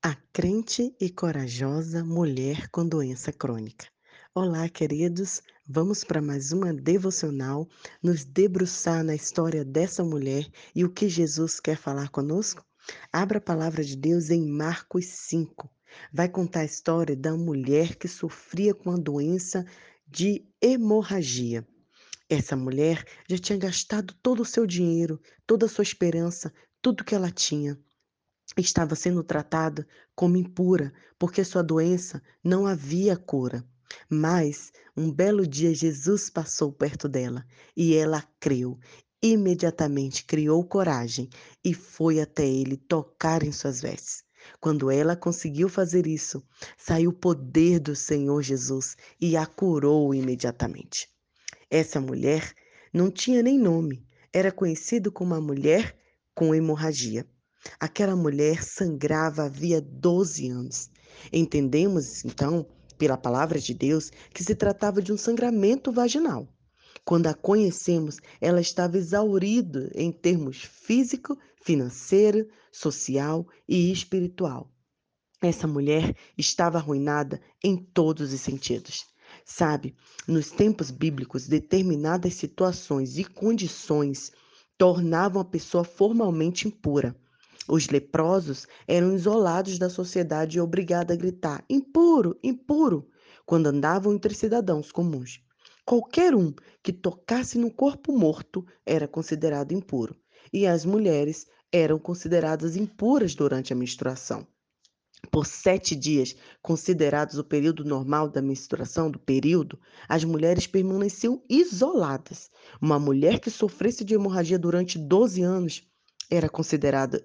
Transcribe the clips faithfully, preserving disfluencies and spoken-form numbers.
A crente e corajosa mulher com doença crônica. Olá, queridos, vamos para mais uma devocional, nos debruçar na história dessa mulher e o que Jesus quer falar conosco? Abra a palavra de Deus em Marcos cinco. Vai contar a história da mulher que sofria com a doença de hemorragia. Essa mulher já tinha gastado todo o seu dinheiro, toda a sua esperança, tudo que ela tinha. Estava sendo tratada como impura, porque sua doença não havia cura. Mas, um belo dia, Jesus passou perto dela e ela creu. Imediatamente criou coragem e foi até ele tocar em suas vestes. Quando ela conseguiu fazer isso, saiu o poder do Senhor Jesus e a curou imediatamente. Essa mulher não tinha nem nome, era conhecida como a mulher com hemorragia. Aquela mulher sangrava havia doze anos. Entendemos, então, pela palavra de Deus, que se tratava de um sangramento vaginal. Quando a conhecemos, ela estava exaurida em termos físico, financeiro, social e espiritual. Essa mulher estava arruinada em todos os sentidos. Sabe, nos tempos bíblicos, determinadas situações e condições tornavam a pessoa formalmente impura. Os leprosos eram isolados da sociedade e obrigados a gritar: impuro, impuro, quando andavam entre cidadãos comuns. Qualquer um que tocasse no corpo morto era considerado impuro, e as mulheres eram consideradas impuras durante a menstruação. Por sete dias, considerados o período normal da menstruação, do período, as mulheres permaneciam isoladas. Uma mulher que sofresse de hemorragia durante doze anos era considerada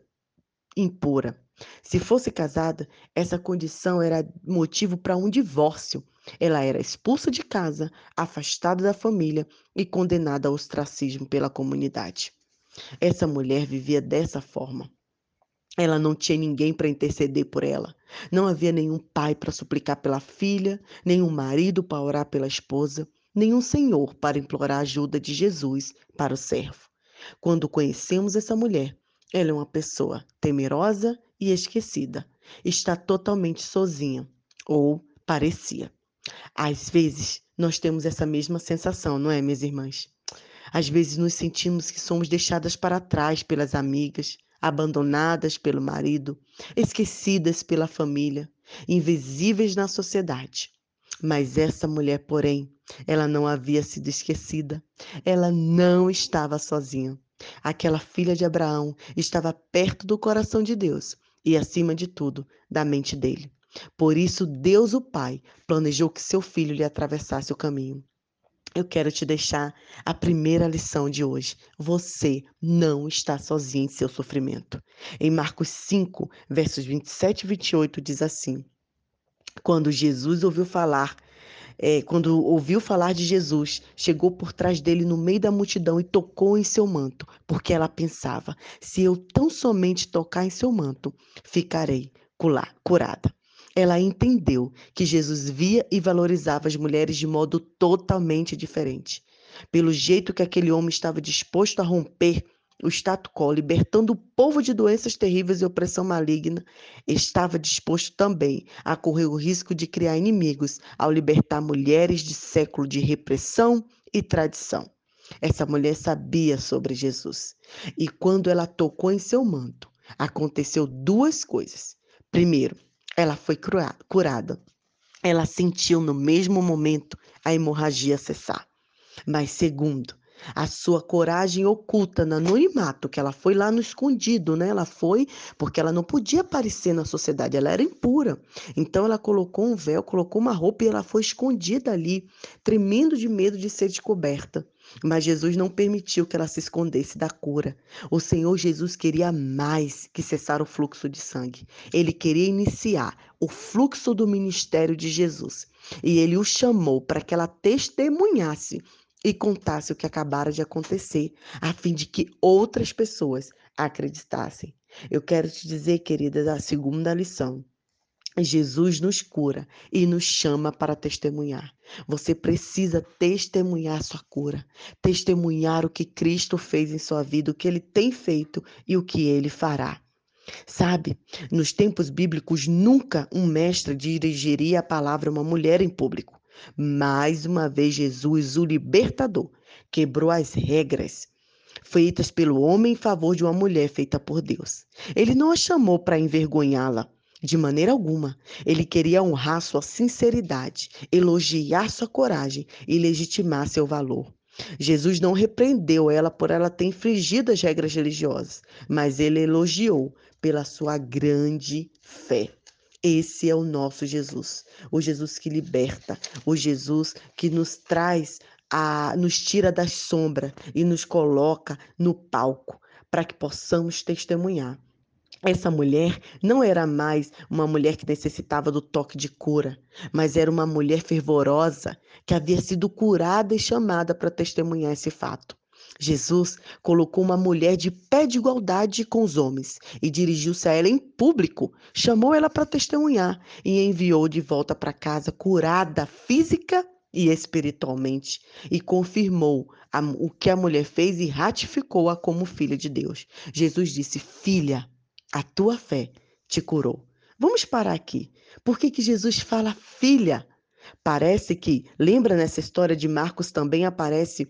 impura. Se fosse casada, essa condição era motivo para um divórcio. Ela era expulsa de casa, afastada da família e condenada ao ostracismo pela comunidade. Essa mulher vivia dessa forma. Ela não tinha ninguém para interceder por ela. Não havia nenhum pai para suplicar pela filha, nenhum marido para orar pela esposa, nenhum senhor para implorar a ajuda de Jesus para o servo. Quando conhecemos essa mulher, ela é uma pessoa temerosa e esquecida. Está totalmente sozinha, ou parecia. Às vezes, nós temos essa mesma sensação, não é, minhas irmãs? Às vezes nos sentimos que somos deixadas para trás pelas amigas, abandonadas pelo marido, esquecidas pela família, invisíveis na sociedade. Mas essa mulher, porém, ela não havia sido esquecida. Ela não estava sozinha. Aquela filha de Abraão estava perto do coração de Deus e, acima de tudo, da mente dele. Por isso, Deus, o Pai, planejou que seu filho lhe atravessasse o caminho. Eu quero te deixar a primeira lição de hoje. Você não está sozinho em seu sofrimento. Em Marcos cinco, versos vinte e sete e vinte e oito, diz assim: Quando Jesus ouviu falar, é, quando ouviu falar de Jesus, chegou por trás dele no meio da multidão e tocou em seu manto, porque ela pensava: se eu tão somente tocar em seu manto, ficarei cula- curada. Ela entendeu que Jesus via e valorizava as mulheres de modo totalmente diferente. Pelo jeito que aquele homem estava disposto a romper o status quo, libertando o povo de doenças terríveis e opressão maligna, estava disposto também a correr o risco de criar inimigos ao libertar mulheres de século de repressão e tradição. Essa mulher sabia sobre Jesus. E quando ela tocou em seu manto, aconteceu duas coisas. Primeiro, ela foi curada. Ela sentiu no mesmo momento a hemorragia cessar. Mas segundo, a sua coragem oculta no anonimato, que ela foi lá no escondido, né? Ela foi porque ela não podia aparecer na sociedade, ela era impura. Então ela colocou um véu, colocou uma roupa e ela foi escondida ali, tremendo de medo de ser descoberta. Mas Jesus não permitiu que ela se escondesse da cura. O Senhor Jesus queria mais que cessar o fluxo de sangue. Ele queria iniciar o fluxo do ministério de Jesus. E ele o chamou para que ela testemunhasse e contasse o que acabara de acontecer, a fim de que outras pessoas acreditassem. Eu quero te dizer, querida, a segunda lição. Jesus nos cura e nos chama para testemunhar. Você precisa testemunhar sua cura, testemunhar o que Cristo fez em sua vida, o que ele tem feito e o que ele fará. Sabe, nos tempos bíblicos, nunca um mestre dirigiria a palavra a uma mulher em público. Mais uma vez, Jesus, o libertador, quebrou as regras feitas pelo homem em favor de uma mulher feita por Deus. Ele não a chamou para envergonhá-la. De maneira alguma, ele queria honrar sua sinceridade, elogiar sua coragem e legitimar seu valor. Jesus não repreendeu ela por ela ter infringido as regras religiosas, mas ele elogiou pela sua grande fé. Esse é o nosso Jesus, o Jesus que liberta, o Jesus que nos traz, a, nos tira das sombras e nos coloca no palco para que possamos testemunhar. Essa mulher não era mais uma mulher que necessitava do toque de cura, mas era uma mulher fervorosa que havia sido curada e chamada para testemunhar esse fato. Jesus colocou uma mulher de pé de igualdade com os homens e dirigiu-se a ela em público, chamou ela para testemunhar e enviou de volta para casa curada física e espiritualmente, e confirmou a, o que a mulher fez e ratificou-a como filha de Deus. Jesus disse: Filha, a tua fé te curou. Vamos parar aqui. Por que que Jesus fala filha? Parece que, lembra nessa história de Marcos também aparece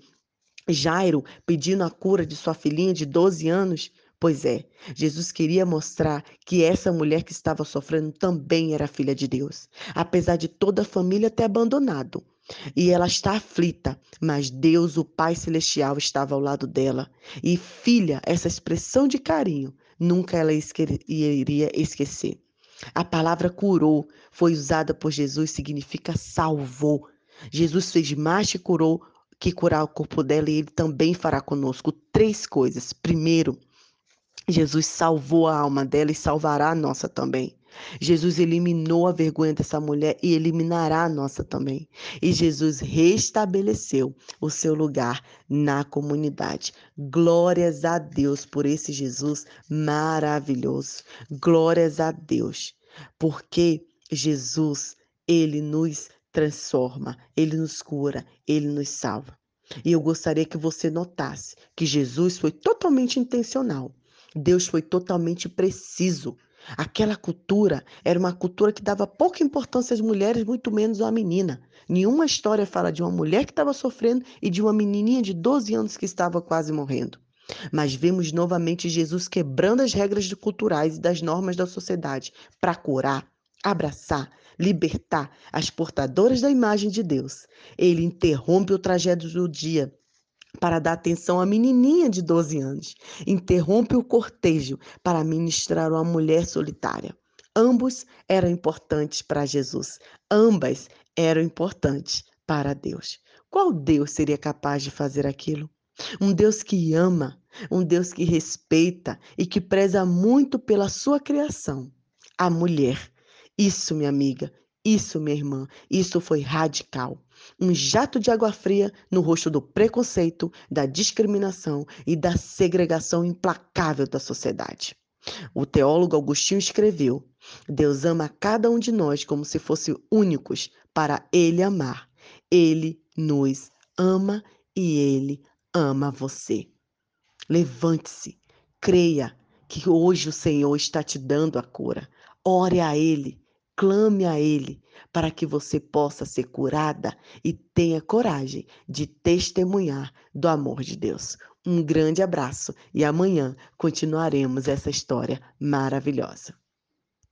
Jairo pedindo a cura de sua filhinha de doze anos? Pois é, Jesus queria mostrar que essa mulher que estava sofrendo também era filha de Deus. Apesar de toda a família ter abandonado. E ela está aflita, mas Deus, o Pai Celestial, estava ao lado dela. E filha, essa expressão de carinho, nunca ela esque- iria esquecer. A palavra curou foi usada por Jesus, significa salvou. Jesus fez mais que curou que curar o corpo dela e ele também fará conosco três coisas. Primeiro, Jesus salvou a alma dela e salvará a nossa também. Jesus eliminou a vergonha dessa mulher e eliminará a nossa também. E Jesus restabeleceu o seu lugar na comunidade. Glórias a Deus por esse Jesus maravilhoso. Glórias a Deus, porque Jesus, ele nos transforma, ele nos cura, ele nos salva. E eu gostaria que você notasse que Jesus foi totalmente intencional. Deus foi totalmente preciso. Aquela cultura era uma cultura que dava pouca importância às mulheres, muito menos a uma menina. Nenhuma história fala de uma mulher que estava sofrendo e de uma menininha de doze anos que estava quase morrendo. Mas vemos novamente Jesus quebrando as regras culturais e das normas da sociedade para curar, abraçar, libertar as portadoras da imagem de Deus. Ele interrompe o trajeto do dia para dar atenção à menininha de doze anos. Interrompe o cortejo para ministrar uma mulher solitária. Ambos eram importantes para Jesus. Ambas eram importantes para Deus. Qual Deus seria capaz de fazer aquilo? Um Deus que ama, um Deus que respeita e que preza muito pela sua criação, a mulher. Isso, minha amiga, isso, minha irmã, isso foi radical. Um jato de água fria no rosto do preconceito, da discriminação e da segregação implacável da sociedade. O teólogo Agostinho escreveu: Deus ama cada um de nós como se fossem únicos para Ele amar. Ele nos ama e Ele ama você. Levante-se, creia que hoje o Senhor está te dando a cura. Ore a Ele, clame a Ele, para que você possa ser curada e tenha coragem de testemunhar do amor de Deus. Um grande abraço e amanhã continuaremos essa história maravilhosa.